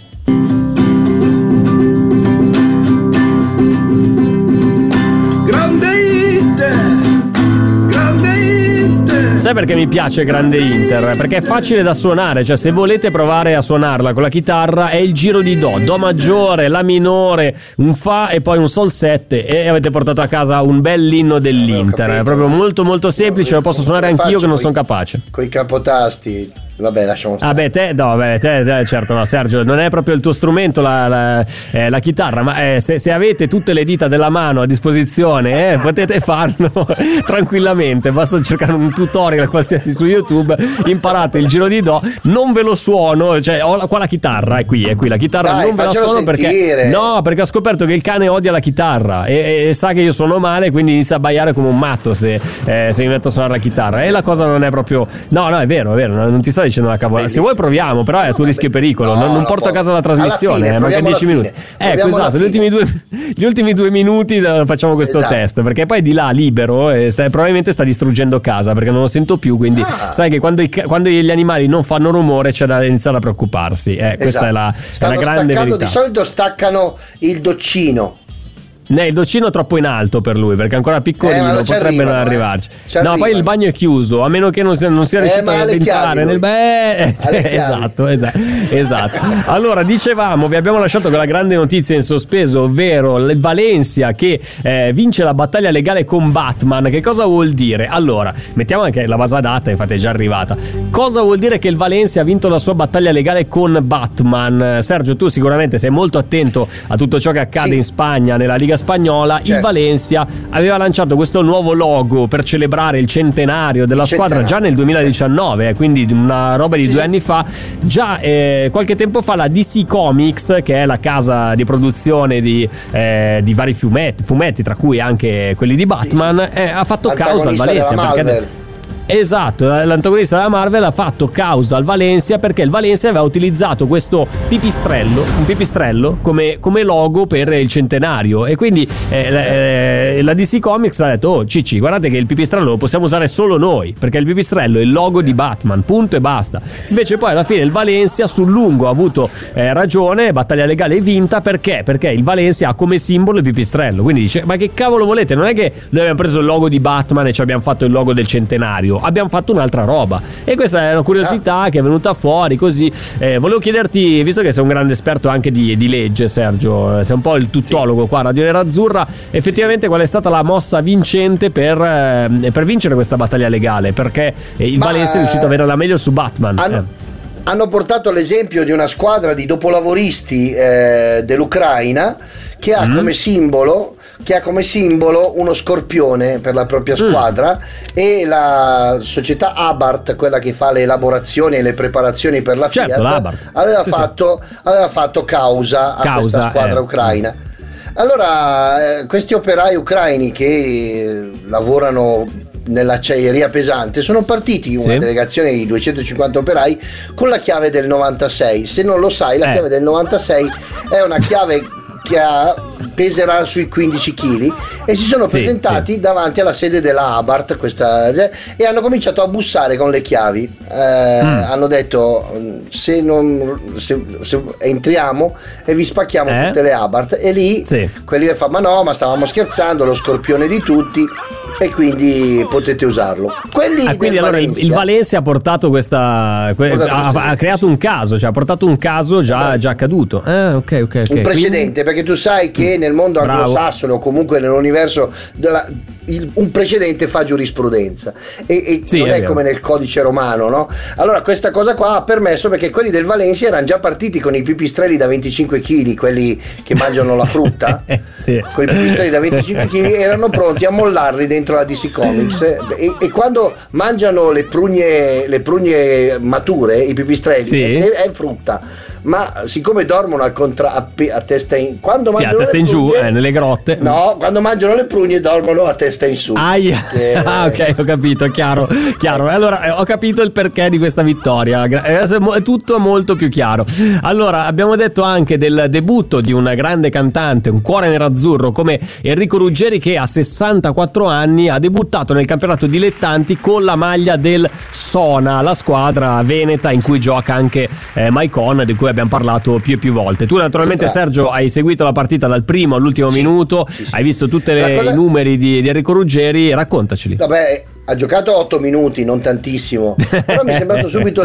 Sai perché mi piace Grande Inter? Perché è facile da suonare, cioè se volete provare a suonarla con la chitarra è il giro di do maggiore, la minore, un fa e poi un sol 7 e avete portato a casa un bell'inno dell'Inter. È proprio molto molto semplice, lo posso suonare anch'io che non sono capace. Coi capotasti. Vabbè, lasciamo stare. Te, certo, no, Sergio, non è proprio il tuo strumento la chitarra, ma se avete tutte le dita della mano a disposizione, potete farlo tranquillamente, basta cercare un tutorial qualsiasi su YouTube, imparate il giro di do, non ve lo suono, cioè ho qua la chitarra, è qui la chitarra. Non ve la suono perché ho scoperto che il cane odia la chitarra e sa che io suono male, quindi inizia a baiare come un matto se mi metto a suonare la chitarra, e la cosa non è proprio è vero, non ti sto dicendo una cavolata. Se vuoi proviamo, però è a tuo rischio e pericolo. Non porto a casa la trasmissione, mancano 10 minuti. Esatto, gli ultimi 2 minuti facciamo questo test, perché poi di là libero probabilmente sta distruggendo casa, perché non lo sento più, quindi sai che quando gli animali non fanno rumore c'è da iniziare a preoccuparsi. Questa è la grande verità. Di solito staccano il doccino. Il doccino è troppo in alto per lui, perché è ancora piccolino, potrebbe non arrivarci. Poi il bagno è chiuso, a meno che non sia riuscito ad entrare nel esatto. Allora, dicevamo, vi abbiamo lasciato con la grande notizia in sospeso, ovvero il Valencia che vince la battaglia legale con Batman. Che cosa vuol dire? Allora, mettiamo anche la base data, infatti è già arrivata. Cosa vuol dire che il Valencia ha vinto la sua battaglia legale con Batman? Sergio, tu sicuramente sei molto attento a tutto ciò che accade in Spagna, nella Liga spagnola. Il Valencia aveva lanciato questo nuovo logo per celebrare il centenario della squadra già nel 2019, quindi una roba di 2 anni fa. Già qualche tempo fa la DC Comics, che è la casa di produzione di vari fumetti, tra cui anche quelli di Batman, ha fatto causa al Valencia Esatto, l'antagonista della Marvel ha fatto causa al Valencia perché il Valencia aveva utilizzato questo pipistrello come logo per il centenario, e quindi la DC Comics ha detto: oh Cicci, guardate che il pipistrello lo possiamo usare solo noi, perché il pipistrello è il logo di Batman, punto e basta. Invece poi alla fine il Valencia sul lungo ha avuto ragione, battaglia legale vinta, perché il Valencia ha come simbolo il pipistrello, quindi dice: ma che cavolo volete, non è che noi abbiamo preso il logo di Batman e ci abbiamo fatto il logo del centenario, abbiamo fatto un'altra roba. E questa è una curiosità che è venuta fuori così. Volevo chiederti, visto che sei un grande esperto anche di legge, Sergio, sei un po' il tuttologo qua a Radio Nerazzurra, effettivamente qual è stata la mossa vincente per vincere questa battaglia legale, perché il Valencia è riuscito ad avere la meglio su Batman. Hanno portato l'esempio di una squadra di dopolavoristi dell'Ucraina che ha come simbolo uno scorpione per la propria squadra, e la società Abarth, quella che fa le elaborazioni e le preparazioni per la Fiat, aveva fatto causa a questa squadra ucraina. Allora questi operai ucraini che lavorano nell'acciaieria pesante sono partiti, una delegazione di 250 operai, con la chiave del 96. Se non lo sai, la chiave del 96 è una chiave peserà sui 15 kg, e si sono presentati davanti alla sede della Abarth e hanno cominciato a bussare con le chiavi. Hanno detto se entriamo e vi spacchiamo tutte le Abarth, e lì quelli fa ma no, ma stavamo scherzando, lo scorpione di tutti, e quindi potete usarlo. Quindi allora Valencia, il Valencia ha portato ha creato un caso, cioè ha portato un caso già accaduto. Ok. Un precedente, perché tu sai che nel mondo anglosassone o comunque nell'universo un precedente fa giurisprudenza, e non è come nel codice romano, no? Allora questa cosa qua ha permesso, perché quelli del Valencia erano già partiti con i pipistrelli da 25 kg, quelli che mangiano la frutta, con i pipistrelli da 25 kg erano pronti a mollarli dentro la DC Comics, e quando mangiano le prugne mature, i pipistrelli è frutta, ma siccome dormono a testa in, quando mangiano a testa in giù nelle grotte, quando mangiano le prugne dormono a testa in su. Ok, ho capito, chiaro. Allora ho capito il perché di questa vittoria, è tutto molto più chiaro. Allora abbiamo detto anche del debutto di un grande cantante, un cuore nerazzurro come Enrico Ruggeri, che a 64 anni ha debuttato nel campionato dilettanti con la maglia del Sona, la squadra veneta in cui gioca anche Maicon, di cui abbiamo parlato più e più volte. Tu naturalmente, Sergio, hai seguito la partita dal primo all'ultimo minuto, hai visto tutti i numeri di Enrico Ruggeri, raccontaceli. Vabbè, ha giocato 8 minuti, non tantissimo, però mi è sembrato subito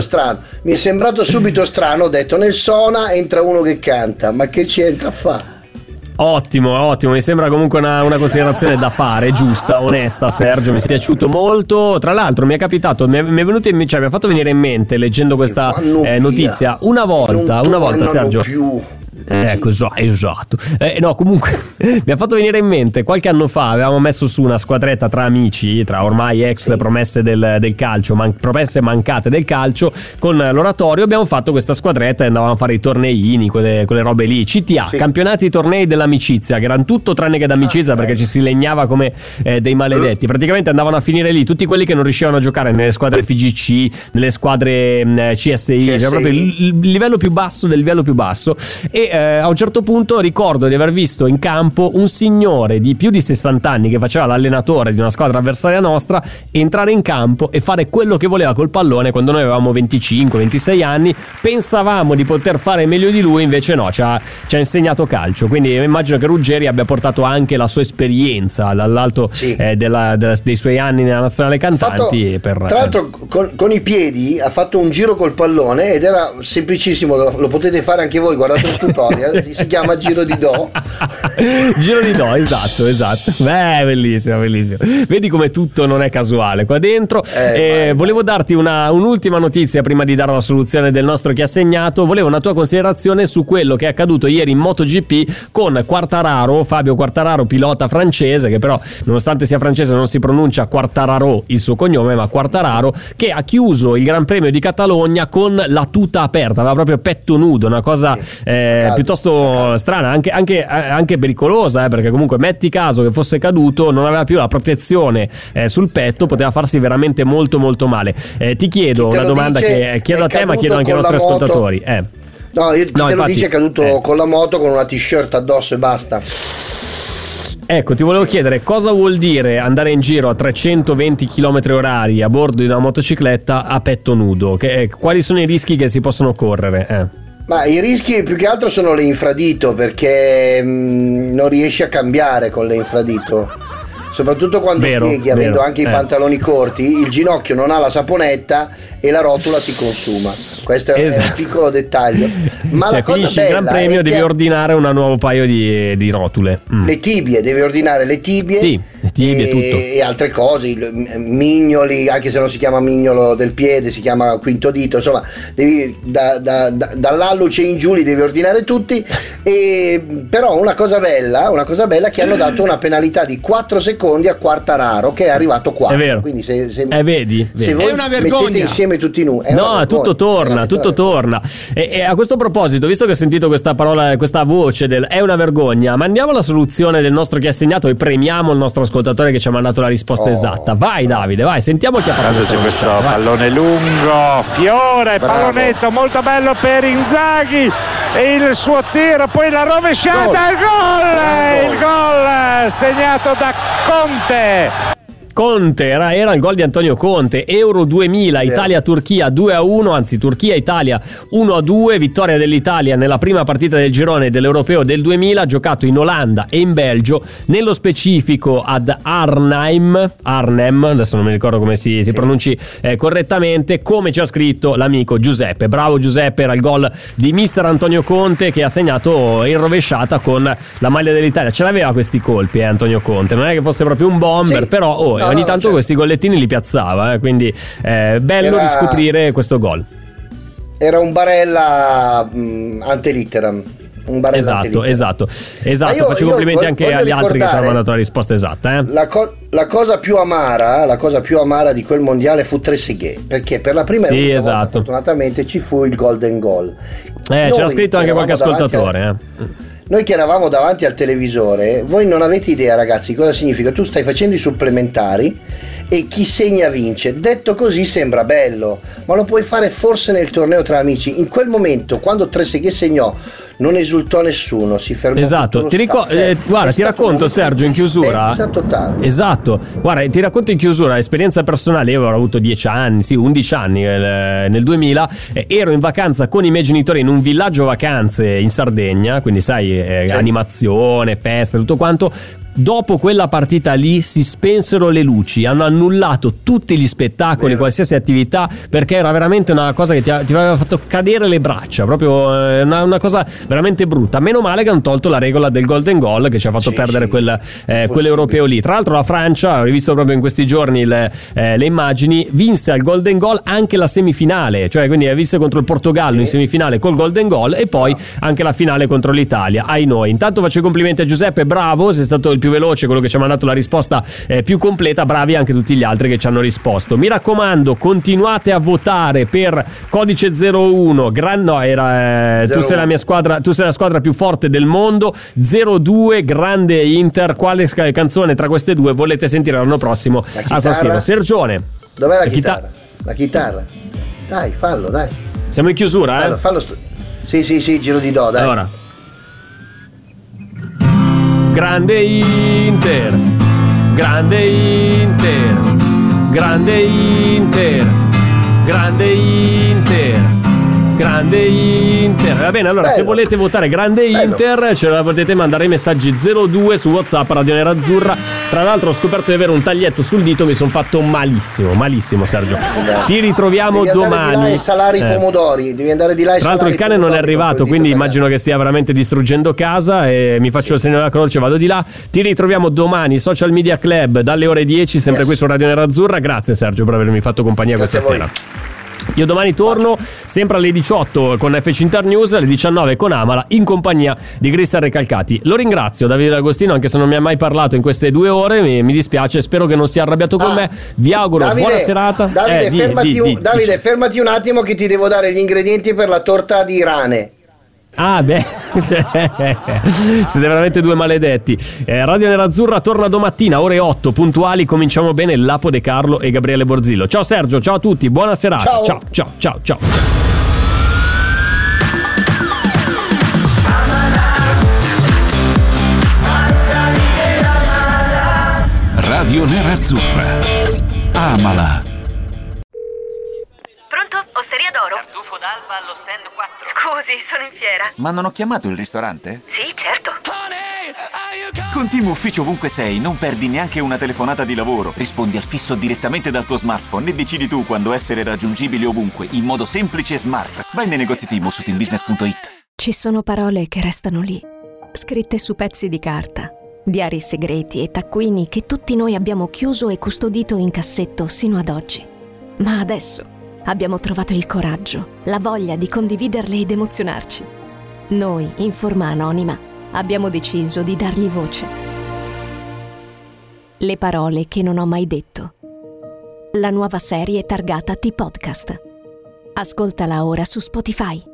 strano. Ho detto, nel Sona entra uno che canta, ma che ci entra a fare? Ottimo, mi sembra comunque una considerazione da fare, giusta, onesta, Sergio, mi è piaciuto molto. Tra l'altro mi è capitato, mi ha fatto venire in mente, leggendo questa notizia, una volta Sergio più. Ecco, esatto. No, comunque mi ha fatto venire in mente, qualche anno fa avevamo messo su una squadretta tra amici, tra ormai ex promesse del calcio, promesse mancate del calcio, con l'oratorio abbiamo fatto questa squadretta e andavamo a fare i torneini, quelle robe lì, CTA, campionati tornei dell'amicizia, che erano tutto tranne che d'amicizia, perché ci si legnava come dei maledetti. Praticamente andavano a finire lì tutti quelli che non riuscivano a giocare nelle squadre FIGC, nelle squadre CSI, cioè proprio il livello più basso del livello più basso. E a un certo punto ricordo di aver visto in campo un signore di più di 60 anni che faceva l'allenatore di una squadra avversaria nostra entrare in campo e fare quello che voleva col pallone, quando noi avevamo 25-26 anni. Pensavamo di poter fare meglio di lui, invece no, ci ha insegnato calcio. Quindi immagino che Ruggeri abbia portato anche la sua esperienza dall'alto dei suoi anni nella nazionale cantanti. Tra l'altro con i piedi ha fatto un giro col pallone ed era semplicissimo, lo potete fare anche voi, guardate il tutorial, si chiama giro di do. Giro di do, esatto. Beh, bellissimo. Vedi come tutto non è casuale qua dentro. Volevo darti un'ultima notizia prima di dare la soluzione del nostro Chi ha segnato. Volevo una tua considerazione su quello che è accaduto ieri in MotoGP con Fabio Quartararo, pilota francese, che però nonostante sia francese non si pronuncia Quartararo il suo cognome, ma Quartararo, che ha chiuso il Gran Premio di Catalogna con la tuta aperta, aveva proprio petto nudo, una cosa piuttosto strana, anche pericolosa, perché comunque metti caso che fosse caduto, non aveva più la protezione sul petto, poteva farsi veramente molto molto male. Ti chiedo una domanda che chiedo a te, ma chiedo anche ai nostri ascoltatori. Lo dice, è caduto con la moto con una t-shirt addosso e basta. Ecco, ti volevo chiedere cosa vuol dire andare in giro a 320 km/h a bordo di una motocicletta a petto nudo, quali sono i rischi che si possono correre? Ma i rischi più che altro sono le infradito, perché non riesci a cambiare con le infradito, soprattutto quando pieghi, avendo anche i pantaloni corti, il ginocchio non ha la saponetta e la rotula si consuma. Questo è un piccolo dettaglio. Ma cioè, finisci il Gran Premio, devi ordinare un nuovo paio di rotule. Le tibie, devi ordinare le tibie. Sì, le tibie, tutto. E altre cose, mignoli, anche se non si chiama mignolo del piede, si chiama quinto dito, insomma, devi dall'alluce in giù li devi ordinare tutti. Però una cosa bella è che hanno dato una penalità di 4 secondi a Quartararo, che è arrivato qua. È vero. Quindi se vedi. voi è una vergogna. mettete insieme tutti tutto torna. torna. E a questo proposito, visto che ho sentito questa parola, questa voce del è una vergogna, mandiamo la soluzione del nostro chi ha segnato e premiamo il nostro ascoltatore che ci ha mandato la risposta esatta. Vai Davide, vai, sentiamo chi ha fatto c'è questo pallone lungo, Fiore, pallonetto molto bello per Inzaghi, e il suo tiro, poi la rovesciata, il gol segnato da Conte, era il gol di Antonio Conte. Euro 2000, Italia-Turchia 2-1, anzi Turchia-Italia 1-2, vittoria dell'Italia nella prima partita del girone dell'Europeo del 2000, giocato in Olanda e in Belgio, nello specifico ad Arnhem, adesso non mi ricordo come si pronunci correttamente, come ci ha scritto l'amico Giuseppe. Bravo Giuseppe, era il gol di mister Antonio Conte, che ha segnato in rovesciata con la maglia dell'Italia. Ce l'aveva questi colpi Antonio Conte, non è che fosse proprio un bomber, però ogni tanto questi gollettini li piazzava, quindi bello riscoprire questo gol. Era un Barella ante litteram. Esatto. Faccio complimenti anche agli altri che ci hanno mandato la risposta esatta. La cosa più amara di quel mondiale fu Trezeguet, perché per la prima volta fortunatamente ci fu il golden goal. Ce l'ha scritto anche qualche ascoltatore. Noi che eravamo davanti al televisore, voi non avete idea, ragazzi, cosa significa. Tu stai facendo i supplementari e chi segna vince. Detto così sembra bello, ma lo puoi fare forse nel torneo tra amici. In quel momento, quando Trezeguet segnò, non esultò nessuno, si fermò. Esatto, guarda, ti racconto Sergio in chiusura. Totale. Esatto, guarda, ti racconto in chiusura esperienza personale. Io avevo avuto 11 anni nel 2000, ero in vacanza con i miei genitori in un villaggio vacanze in Sardegna, quindi sai, animazione, festa, tutto quanto. Dopo quella partita lì si spensero le luci, hanno annullato tutti gli spettacoli, qualsiasi attività, perché era veramente una cosa che ti aveva fatto cadere le braccia, proprio una cosa veramente brutta. Meno male che hanno tolto la regola del golden goal che ci ha fatto perdere quell'europeo lì. Tra l'altro la Francia, ho rivisto proprio in questi giorni le immagini, vinse al golden goal anche la semifinale, cioè quindi vinse contro il Portogallo in semifinale col golden goal e poi anche la finale contro l'Italia. Ai noi. Intanto faccio i complimenti a Giuseppe, bravo, sei stato il più veloce, quello che ci ha mandato la risposta più completa. Bravi anche tutti gli altri che ci hanno risposto. Mi raccomando, continuate a votare per codice 01. Tu sei la mia squadra, tu sei la squadra più forte del mondo. 02 grande Inter. Quale canzone tra queste due volete sentire l'anno prossimo a San Siro? Sergione, dov'è la chitarra? La chitarra, dai, fallo, dai. Siamo in chiusura, fallo sì, giro di do, dai. Allora, grande Inter, grande Inter, grande Inter, grande Inter, grande Inter. Va bene, allora, se volete votare grande Inter, ce la potete mandare i messaggi 02 su WhatsApp Radio Nerazzurra. Tra l'altro ho scoperto di avere un taglietto sul dito, mi sono fatto malissimo Sergio. Ti ritroviamo domani. Salari pomodori, devi andare di là. Tra l'altro il cane non è arrivato, quindi immagino che stia veramente distruggendo casa e mi faccio il segno della croce, vado di là. Ti ritroviamo domani, Social Media Club dalle ore 10, sempre qui su Radio Nerazzurra. Grazie Sergio per avermi fatto compagnia questa sera. Io domani torno sempre alle 18 con FC Internews, alle 19 con Amala, in compagnia di Cristian Recalcati. Lo ringrazio Davide D'Agostino, anche se non mi ha mai parlato in queste 2 ore, mi dispiace, spero che non sia arrabbiato con me. Vi auguro buona serata. Davide, fermati un attimo che ti devo dare gli ingredienti per la torta di rane. Siete veramente 2 maledetti. Radio Nerazzurra torna domattina ore 8 puntuali. Cominciamo bene, Lapo De Carlo e Gabriele Borzillo. Ciao Sergio, ciao a tutti, buona serata. Ciao. Radio Nerazzurra. Amala. Pronto? Osteria d'Oro? Tartufo d'alba allo stand 4. Scusi, sono in fiera. Ma non ho chiamato il ristorante? Sì, certo. Con Team Ufficio ovunque sei, non perdi neanche una telefonata di lavoro. Rispondi al fisso direttamente dal tuo smartphone e decidi tu quando essere raggiungibile ovunque, in modo semplice e smart. Vai nei negozi Team o su teambusiness.it. Ci sono parole che restano lì, scritte su pezzi di carta, diari segreti e taccuini che tutti noi abbiamo chiuso e custodito in cassetto sino ad oggi. Ma adesso abbiamo trovato il coraggio, la voglia di condividerle ed emozionarci. Noi, in forma anonima, abbiamo deciso di dargli voce. Le parole che non ho mai detto. La nuova serie targata T-Podcast. Ascoltala ora su Spotify.